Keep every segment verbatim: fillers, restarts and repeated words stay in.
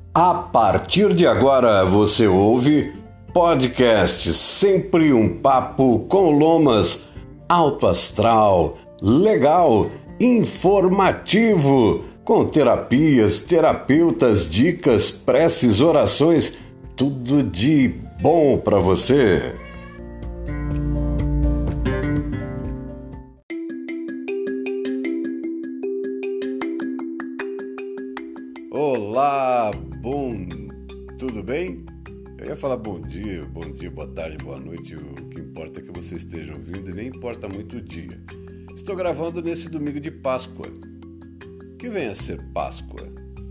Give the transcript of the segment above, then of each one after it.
A partir de agora você ouve podcast Sempre um Papo com Lomas, alto astral, legal, informativo, com terapias, terapeutas, dicas, preces, orações, tudo de bom para você. Olá, bom, tudo bem? Eu ia falar bom dia, bom dia, boa tarde, boa noite, o que importa é que você esteja ouvindo e nem importa muito o dia. Estou gravando nesse domingo de Páscoa. O que vem a ser Páscoa?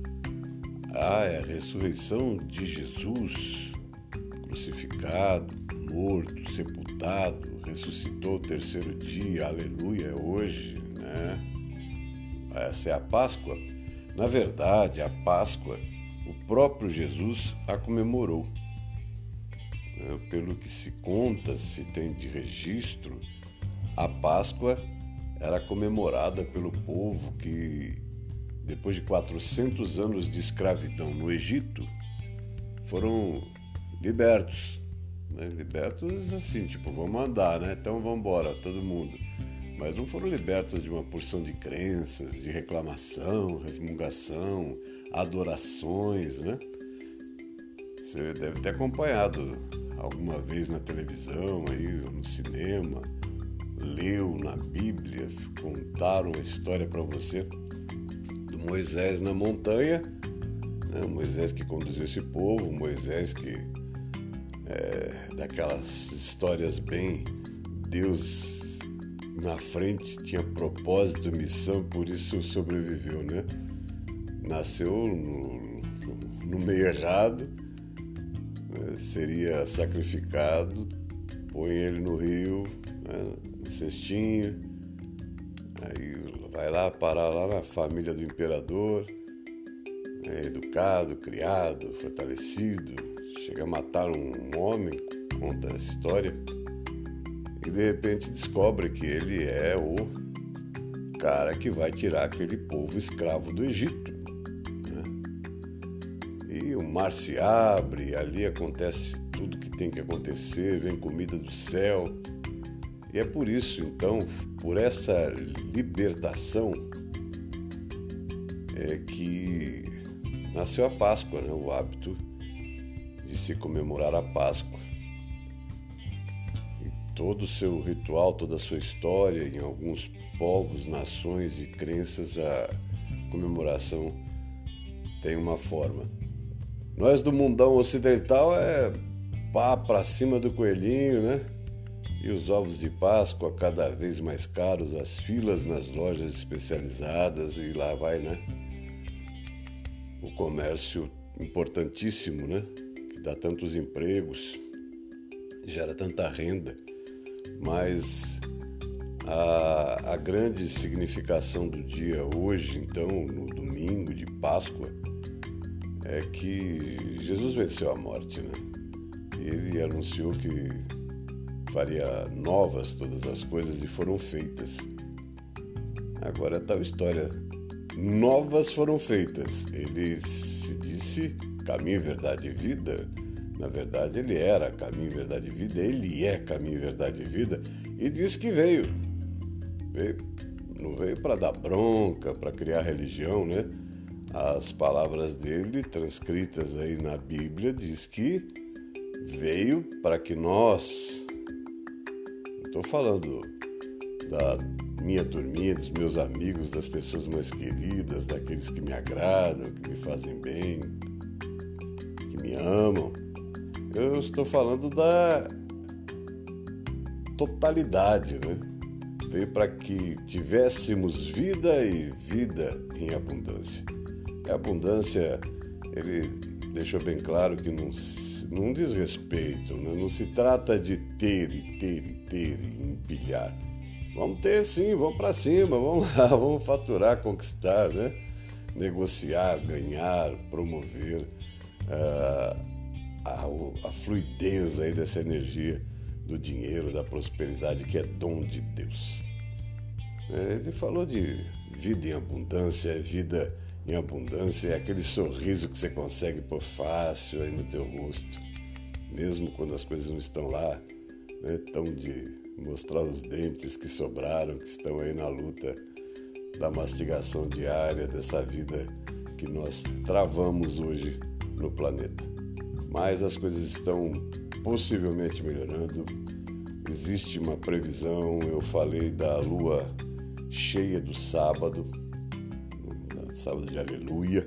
Ah, é a ressurreição de Jesus, crucificado, morto, sepultado, ressuscitou o terceiro dia, aleluia, hoje, né? Essa é a Páscoa. Na verdade, a Páscoa, o próprio Jesus a comemorou. Pelo que se conta, se tem de registro, a Páscoa era comemorada pelo povo que, depois de quatrocentos anos de escravidão no Egito, foram libertos. Né? Libertos assim, tipo, vamos andar, né? Então vamos embora, todo mundo. Mas não foram libertos de uma porção de crenças, de reclamação, resmungação, adorações, né? Você deve ter acompanhado alguma vez na televisão, aí, no cinema, leu na Bíblia, contaram a história para você do Moisés na montanha, né? Moisés que conduziu esse povo, Moisés que, é, daquelas histórias bem, Deus na frente tinha propósito, missão, por isso sobreviveu, né? Nasceu no, no meio errado, né? Seria sacrificado, põe ele no rio, né? No cestinho, aí vai lá parar lá na família do imperador, né? Educado, criado, fortalecido, chega a matar um homem, conta a história. E de repente descobre que ele é o cara que vai tirar aquele povo escravo do Egito. Né? E o mar se abre, ali acontece tudo que tem que acontecer, vem comida do céu. E é por isso, então, por essa libertação, é que nasceu a Páscoa, né? O hábito de se comemorar a Páscoa. Todo o seu ritual, toda a sua história, em alguns povos, nações e crenças, a comemoração tem uma forma. Nós do mundão ocidental é pá pra cima do coelhinho, né? E os ovos de Páscoa cada vez mais caros, as filas nas lojas especializadas e lá vai, né? O comércio importantíssimo, né? Que dá tantos empregos, gera tanta renda. Mas a, a grande significação do dia hoje, então, no domingo de Páscoa, é que Jesus venceu a morte, né? Ele anunciou que faria novas todas as coisas e foram feitas. Agora é tal história, novas foram feitas. Ele se disse caminho, verdade e vida. Na verdade, ele era caminho, verdade e vida, ele é caminho, verdade e vida, e disse que veio. veio não veio para dar bronca, para criar religião, né? As palavras dele, transcritas aí na Bíblia, diz que veio para que nós, estou falando da minha turminha, dos meus amigos, das pessoas mais queridas, daqueles que me agradam, que me fazem bem, que me amam. Eu estou falando da totalidade, né? Veio para que tivéssemos vida e vida em abundância. E a abundância, ele deixou bem claro que não, não diz respeito, né? Não se trata de ter e ter e ter e empilhar. Vamos ter sim, vamos para cima, vamos lá, vamos faturar, conquistar, né? Negociar, ganhar, promover uh, A, a fluidez aí dessa energia do dinheiro, da prosperidade, que é dom de Deus. Ele falou de vida em abundância, vida em abundância, é aquele sorriso que você consegue pôr fácil aí no teu rosto, mesmo quando as coisas não estão lá, né, tão de mostrar os dentes que sobraram, que estão aí na luta da mastigação diária dessa vida que nós travamos hoje no planeta. Mas as coisas estão possivelmente melhorando. Existe uma previsão, eu falei da lua cheia do sábado, sábado de aleluia.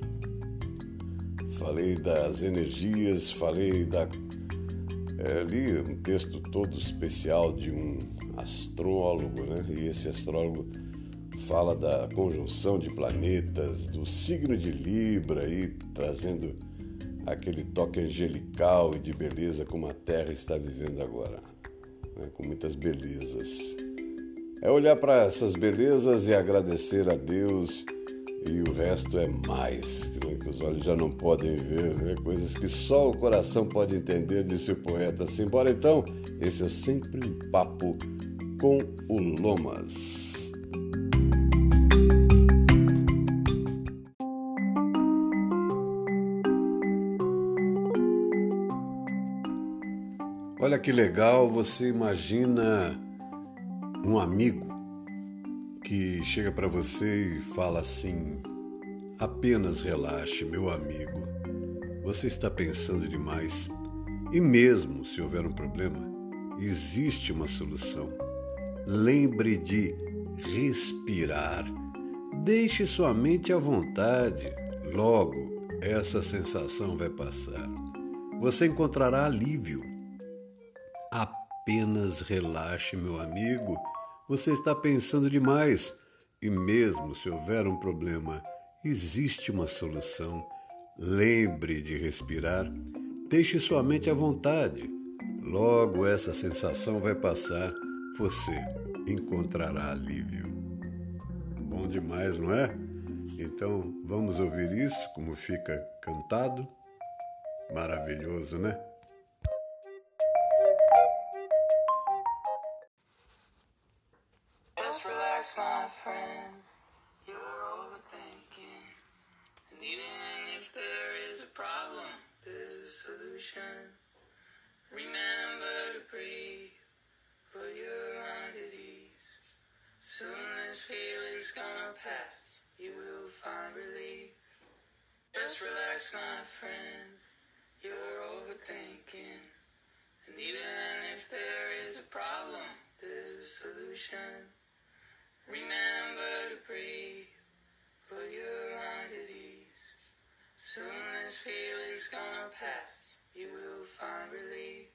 Falei das energias, falei da... É, li um texto todo especial de um astrólogo, né? E esse astrólogo fala da conjunção de planetas, do signo de Libra, aí, trazendo aquele toque angelical e de beleza como a Terra está vivendo agora, né? Com muitas belezas. É olhar para essas belezas e agradecer a Deus, e o resto é mais, né, que os olhos já não podem ver, né? Coisas que só o coração pode entender, disse o poeta. Simbora então, esse é sempre um papo com o Lomas. Olha que legal, você imagina um amigo que chega para você e fala assim: apenas relaxe, meu amigo, você está pensando demais. E mesmo se houver um problema, existe uma solução. Lembre de respirar. Deixe sua mente à vontade. Logo, essa sensação vai passar. Você encontrará alívio. Apenas relaxe, meu amigo. Você está pensando demais. E mesmo se houver um problema, existe uma solução. Lembre de respirar. Deixe sua mente à vontade. Logo essa sensação vai passar. Você encontrará alívio. Bom demais, não é? Então vamos ouvir isso, como fica cantado. Maravilhoso, né? My friend, you're overthinking, and even if there is a problem, there's a solution. Remember to breathe, put your mind at ease. Soon this feeling's gonna pass, you will find relief. Just relax, my friend, you're overthinking, and even if there is a problem, there's a solution. Remember to breathe, put your mind at ease. Soon this feeling's gonna pass, you will find relief.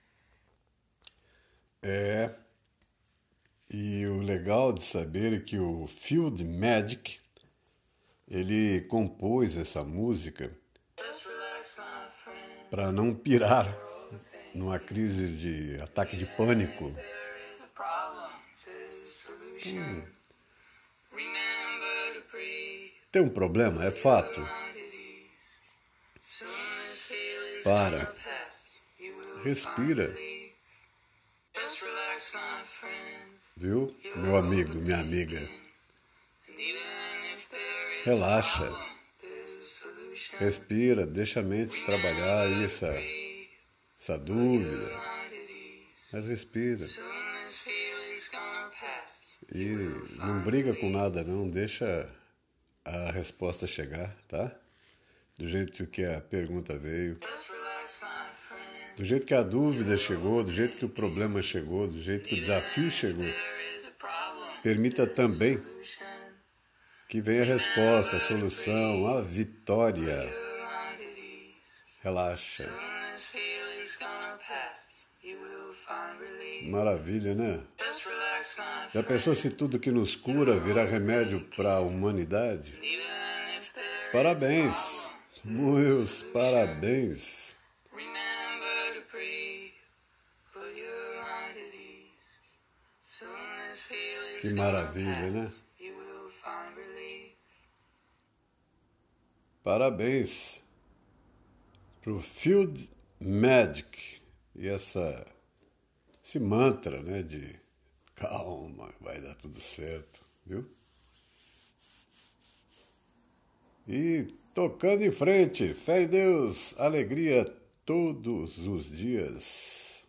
É, e o legal de saber é que o Field Magic, ele compôs essa música para não pirar numa crise de ataque de pânico. Hum. Tem um problema, é fato. Para. Respira. Viu, meu amigo, minha amiga? Relaxa. Respira, deixa a mente trabalhar aí essa, essa dúvida. Mas respira. E não briga com nada não, deixa a resposta chegar, tá? Do jeito que a pergunta veio, do jeito que a dúvida chegou, do jeito que o problema chegou, do jeito que o desafio chegou. Permita também que venha a resposta, a solução, a vitória. Relaxa. Maravilha, né? Já pensou se tudo que nos cura virar remédio para a humanidade? Parabéns, meus parabéns. Que maravilha, né? Parabéns pro Field Magic e essa, esse mantra, né, de calma, vai dar tudo certo, viu? e tocando em frente. Fé em Deus, alegria todos os dias.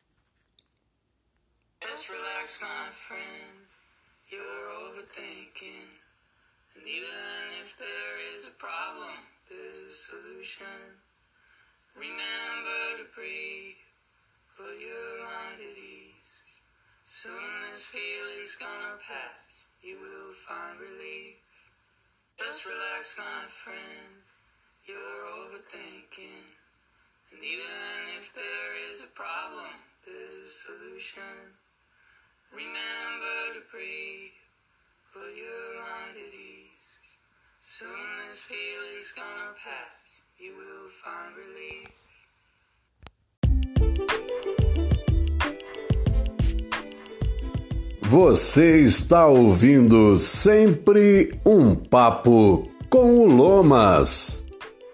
Just relax, my friend. You're overthinking. And even if there is a problem, there's a solution. Remember to breathe. Put your mind at ease. Soon this feeling's gonna pass. You will find relief. Just relax, my friend. You're overthinking. And even if there is a problem, there's a solution. Remember to breathe. Put your mind at ease. Soon this feeling's gonna pass. You will find relief. Você está ouvindo sempre um papo com o Lomas.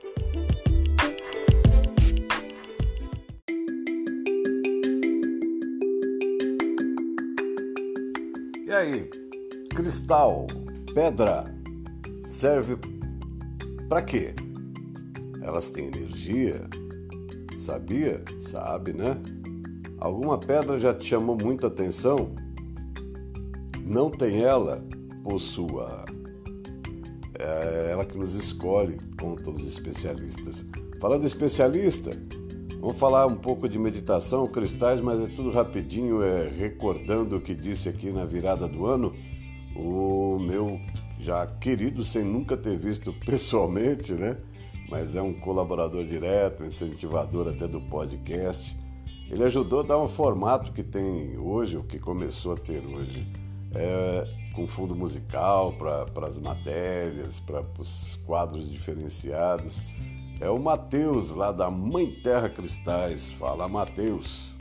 E aí, cristal, pedra, serve para quê? Elas têm energia? Sabia? Sabe, né? Alguma pedra já te chamou muito a atenção? Não tem ela, possua. É ela que nos escolhe, contam os especialistas. Falando em especialista, vamos falar um pouco de meditação, cristais, mas é tudo rapidinho, é recordando o que disse aqui na virada do ano, o meu já querido, sem nunca ter visto pessoalmente, né? Mas é um colaborador direto, incentivador até do podcast. Ele ajudou a dar um formato que tem hoje, o que começou a ter hoje. É, com fundo musical para as matérias, para os quadros diferenciados. É o Matheus, lá da Mãe Terra Cristais. Fala, Matheus.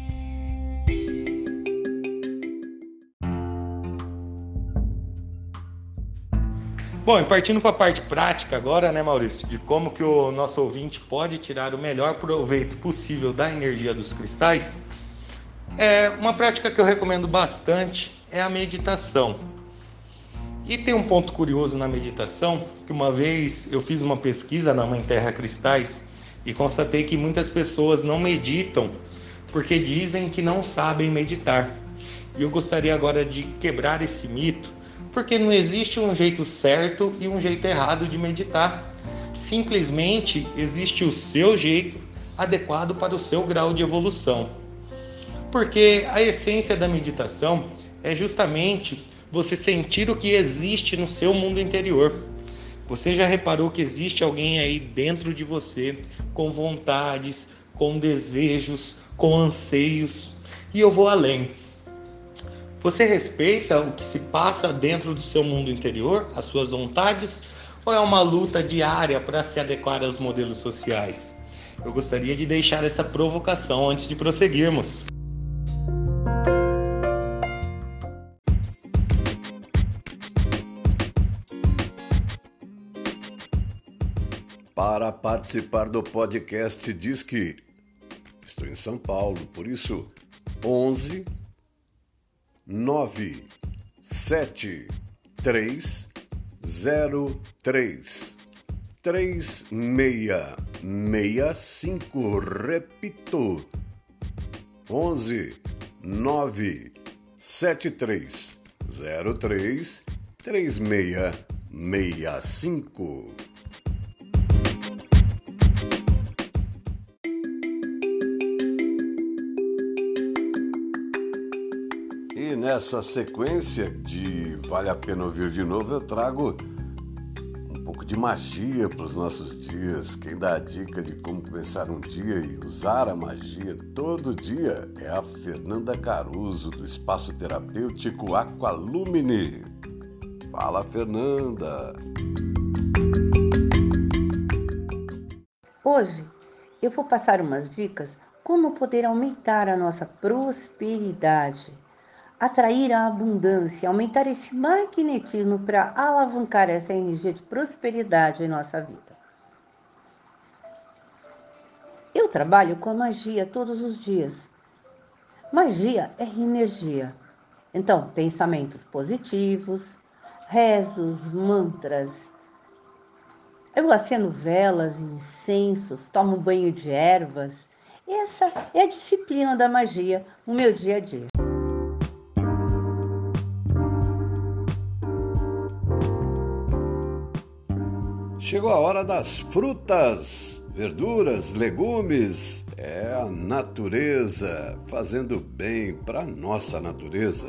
Bom, e partindo para a parte prática agora, né, Maurício, de como que o nosso ouvinte pode tirar o melhor proveito possível da energia dos cristais, é uma prática que eu recomendo bastante é a meditação. E tem um ponto curioso na meditação, que uma vez eu fiz uma pesquisa na Mãe Terra Cristais e constatei que muitas pessoas não meditam porque dizem que não sabem meditar. E eu gostaria agora de quebrar esse mito, porque não existe um jeito certo e um jeito errado de meditar. Simplesmente existe o seu jeito adequado para o seu grau de evolução. Porque a essência da meditação é justamente você sentir o que existe no seu mundo interior. Você já reparou que existe alguém aí dentro de você com vontades, com desejos, com anseios? E eu vou além. Você respeita o que se passa dentro do seu mundo interior, as suas vontades, ou é uma luta diária para se adequar aos modelos sociais? Eu gostaria de deixar essa provocação antes de prosseguirmos. Para participar do podcast diz que estou em São Paulo, por isso onze nove sete três zero três três seis seis cinco. Repito, onze nove sete três zero três três seis seis cinco. E nessa sequência de Vale a Pena Ouvir de Novo, eu trago um pouco de magia para os nossos dias. Quem dá a dica de como começar um dia e usar a magia todo dia é a Fernanda Caruso, do Espaço Terapêutico Aqualumine. Fala, Fernanda! Hoje eu vou passar umas dicas como poder aumentar a nossa prosperidade, atrair a abundância, aumentar esse magnetismo para alavancar essa energia de prosperidade em nossa vida. Eu trabalho com a magia todos os dias. Magia é energia. Então, pensamentos positivos, rezos, mantras, Eu acendo velas, incensos, tomo banho de ervas. Essa é a disciplina da magia no meu dia a dia. Chegou a hora das frutas, verduras, legumes. É a natureza fazendo bem para nossa natureza.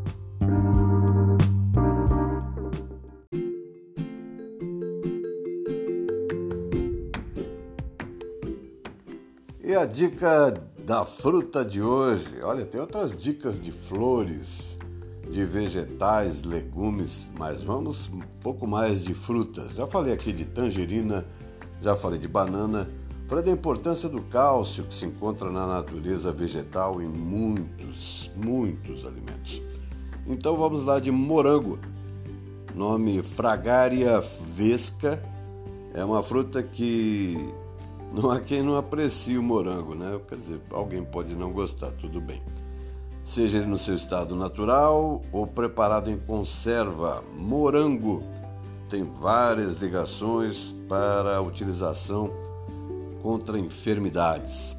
E a dica da fruta de hoje? Olha, tem outras dicas de flores, de vegetais, legumes, mas vamos um pouco mais de frutas. Já falei aqui de tangerina, já falei de banana, falei da importância do cálcio que se encontra na natureza vegetal em muitos, muitos alimentos. Então vamos lá de morango. Nome Fragaria vesca. É uma fruta que não há quem não aprecie o morango, né? Quer dizer, alguém pode não gostar, tudo bem. Seja ele no seu estado natural ou preparado em conserva, morango tem várias ligações para a utilização contra enfermidades.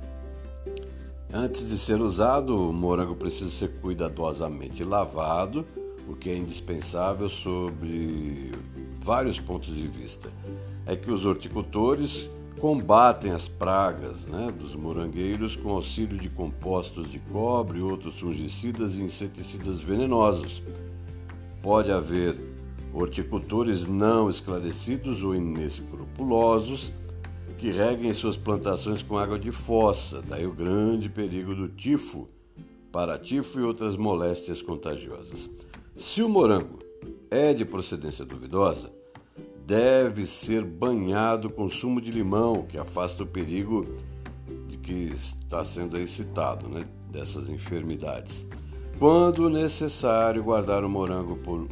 Antes de ser usado, o morango precisa ser cuidadosamente lavado, o que é indispensável sob vários pontos de vista. É que os horticultores combatem as pragas, né, dos morangueiros com auxílio de compostos de cobre, outros fungicidas e inseticidas venenosos. Pode haver horticultores não esclarecidos ou inescrupulosos que reguem suas plantações com água de fossa, daí o grande perigo do tifo, paratifo e outras moléstias contagiosas. Se o morango é de procedência duvidosa, deve ser banhado com sumo de limão, que afasta o perigo de que está sendo aí citado, né, dessas enfermidades. Quando necessário, guardar o morango por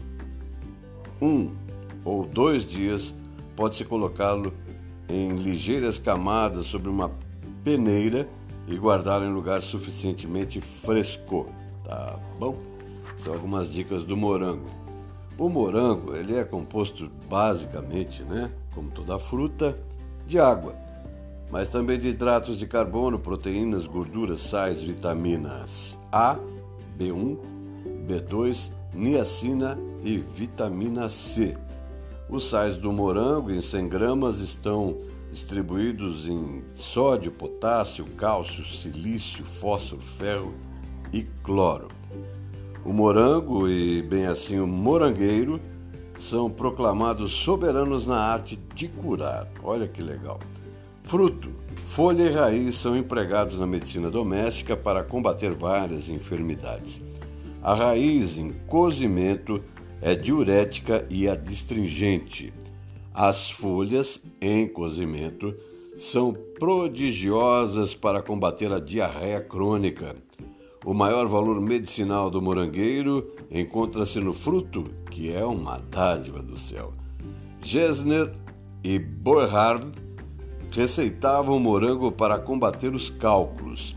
um ou dois dias, pode-se colocá-lo em ligeiras camadas sobre uma peneira e guardá-lo em lugar suficientemente fresco, tá bom? São algumas dicas do morango. O morango, ele é composto basicamente, né, como toda fruta, de água, mas também de hidratos de carbono, proteínas, gorduras, sais, vitaminas A, B um, B dois, niacina e vitamina C. Os sais do morango em cem gramas estão distribuídos em sódio, potássio, cálcio, silício, fósforo, ferro e cloro. O morango e, bem assim, o morangueiro são proclamados soberanos na arte de curar. Olha que legal. Fruto, folha e raiz são empregados na medicina doméstica para combater várias enfermidades. A raiz, em cozimento, é diurética e adstringente. As folhas, em cozimento, são prodigiosas para combater a diarreia crônica. O maior valor medicinal do morangueiro encontra-se no fruto, que é uma dádiva do céu. Gesner e Boerhaave receitavam o morango para combater os cálculos.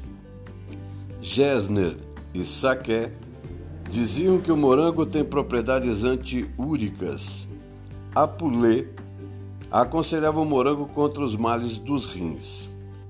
Gesner e Sacquet diziam que o morango tem propriedades antiúricas. Apulé aconselhava o morango contra os males dos rins.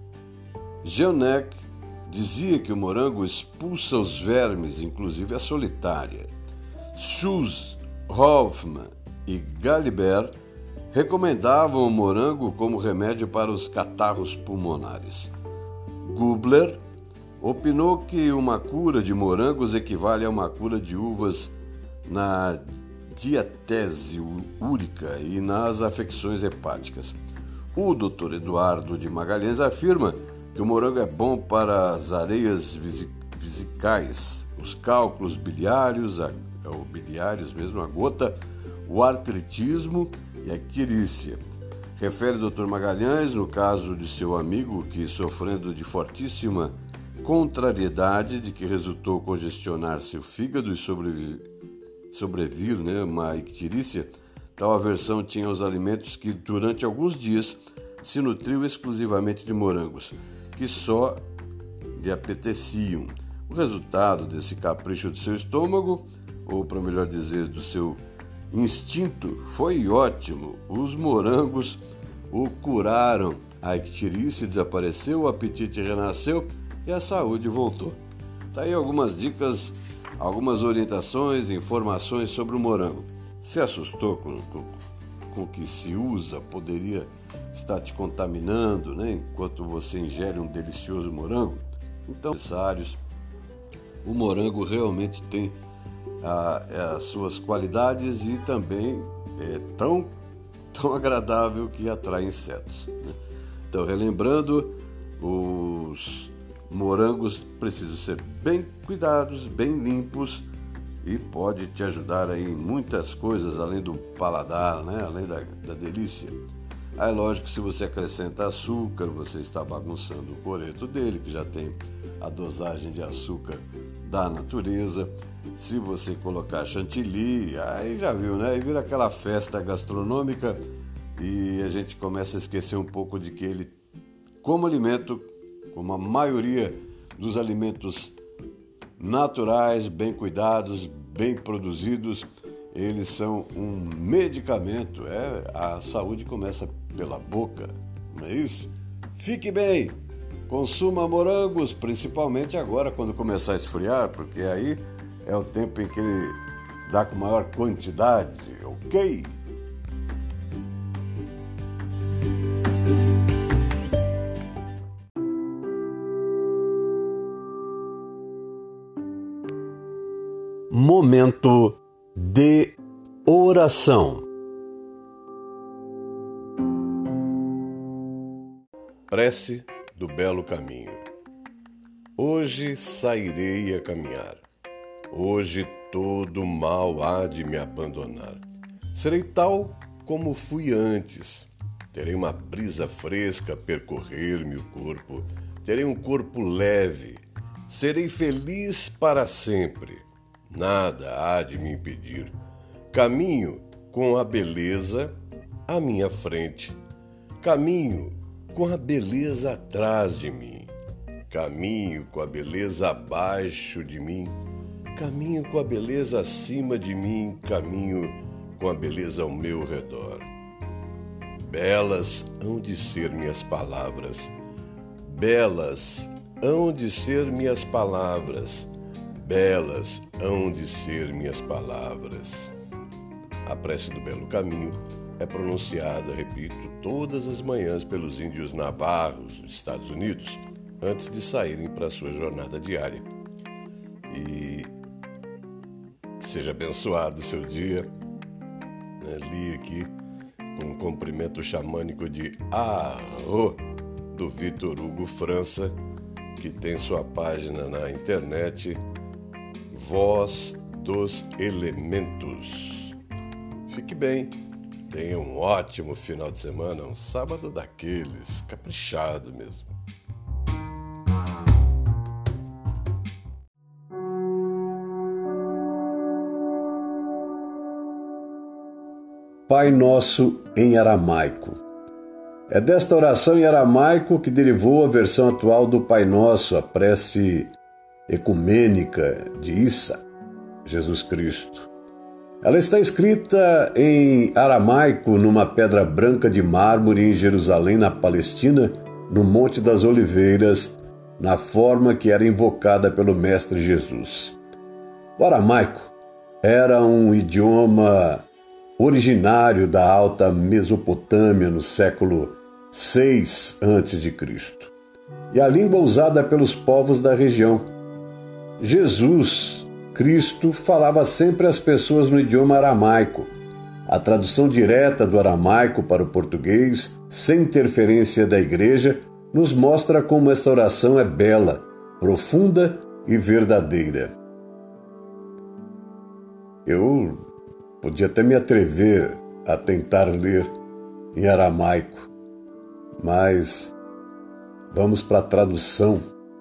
Jeannec dizia que o morango expulsa os vermes, inclusive a solitária. Schulz, Hoffmann e Galibert recomendavam o morango como remédio para os catarros pulmonares. Gubler opinou que uma cura de morangos equivale a uma cura de uvas na diatese úrica e nas afecções hepáticas. O doutor Eduardo de Magalhães afirma que o morango é bom para as areias vesicais, os cálculos biliários, a, ou biliários mesmo, a gota, o artritismo e a quirícia. Refere o doutor Magalhães, no caso de seu amigo que, sofrendo de fortíssima contrariedade, de que resultou congestionar seu fígado e sobrevi- sobrevir né, uma icterícia, tal aversão tinha aos alimentos que, durante alguns dias, se nutriu exclusivamente de morangos, que só lhe apeteciam. O resultado desse capricho do seu estômago, ou para melhor dizer, do seu instinto, foi ótimo. Os morangos o curaram, a ictirice desapareceu, o apetite renasceu e a saúde voltou. Tá aí algumas dicas, algumas orientações, informações sobre o morango. Se assustou com, com, com o que se usa, poderia estar te contaminando, né, enquanto você ingere um delicioso morango? Então, necessários. O morango realmente tem a, as suas qualidades e também é tão, tão agradável que atrai insetos, né? Então, relembrando, os morangos precisam ser bem cuidados, bem limpos e pode te ajudar aí em muitas coisas, além do paladar, né? Além da, da delícia. Aí, lógico que se você acrescenta açúcar, você está bagunçando o coreto dele, que já tem a dosagem de açúcar da natureza. Se você colocar chantilly, aí já viu, né? Aí vira aquela festa gastronômica e a gente começa a esquecer um pouco de que ele, como alimento, como a maioria dos alimentos naturais, bem cuidados, bem produzidos, eles são um medicamento. É, a saúde começa pela boca, não é isso? Fique bem, consuma morangos, principalmente agora quando começar a esfriar, porque aí é o tempo em que ele dá com maior quantidade, ok? Momento de oração. Prece do belo caminho. Hoje sairei a caminhar. Hoje todo mal há de me abandonar. Serei tal como fui antes. Terei uma brisa fresca a percorrer-me o corpo. Terei um corpo leve. Serei feliz para sempre. Nada há de me impedir. Caminho com a beleza à minha frente. Caminho com a beleza atrás de mim. Caminho com a beleza abaixo de mim. Caminho com a beleza acima de mim. Caminho com a beleza ao meu redor. Belas hão de ser minhas palavras. Belas hão de ser minhas palavras. Belas hão de ser minhas palavras. A prece do Belo Caminho é pronunciada, repito, todas as manhãs pelos índios navarros dos Estados Unidos, antes de saírem para a sua jornada diária. E seja abençoado o seu dia. Né? Li aqui com um cumprimento xamânico de Arro, do Vitor Hugo França, que tem sua página na internet, Voz dos Elementos. Fique bem, tenha um ótimo final de semana, um sábado daqueles, caprichado mesmo. Pai Nosso em aramaico. É desta oração em aramaico que derivou a versão atual do Pai Nosso, a prece ecumênica de Issa, Jesus Cristo. Ela está escrita em aramaico numa pedra branca de mármore em Jerusalém, na Palestina, no Monte das Oliveiras, na forma que era invocada pelo Mestre Jesus. O aramaico era um idioma originário da Alta Mesopotâmia no século seis antes de Cristo, e a língua usada pelos povos da região. Jesus Cristo falava sempre às pessoas no idioma aramaico. A tradução direta do aramaico para o português, sem interferência da igreja, nos mostra como esta oração é bela, profunda e verdadeira. Eu podia até me atrever a tentar ler em aramaico, mas vamos para a tradução.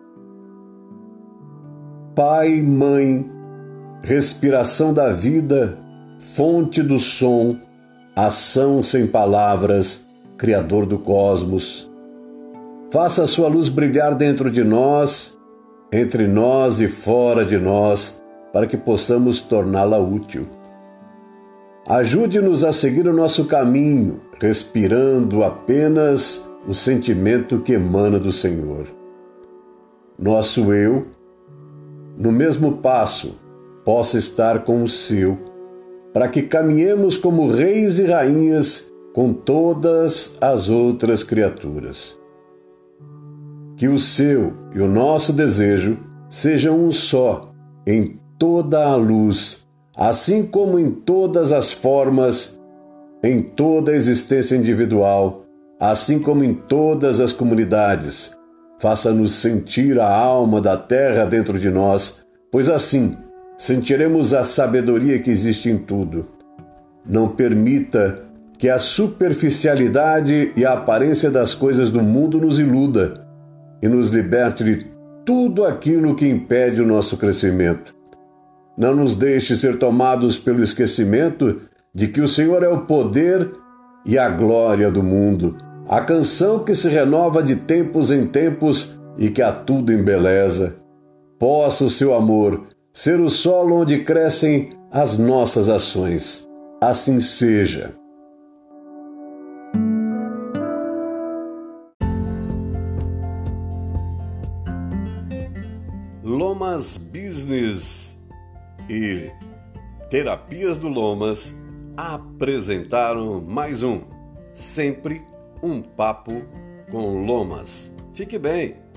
Pai, Mãe, respiração da vida, fonte do som, ação sem palavras, Criador do cosmos. Faça a sua luz brilhar dentro de nós, entre nós e fora de nós, para que possamos torná-la útil. Ajude-nos a seguir o nosso caminho, respirando apenas o sentimento que emana do Senhor. Nosso eu, no mesmo passo, possa estar com o seu, para que caminhemos como reis e rainhas com todas as outras criaturas. Que o seu e o nosso desejo sejam um só em toda a luz, assim como em todas as formas, em toda a existência individual, assim como em todas as comunidades. Faça-nos sentir a alma da terra dentro de nós, pois assim sentiremos a sabedoria que existe em tudo. Não permita que a superficialidade e a aparência das coisas do mundo nos iluda e nos liberte de tudo aquilo que impede o nosso crescimento. Não nos deixe ser tomados pelo esquecimento de que o Senhor é o poder e a glória do mundo, a canção que se renova de tempos em tempos e que a tudo embeleza. Possa o seu amor ser o solo onde crescem as nossas ações. Assim seja. Lomas Business e Terapias do Lomas apresentaram mais um Sempre um Papo com Lomas. Fique bem!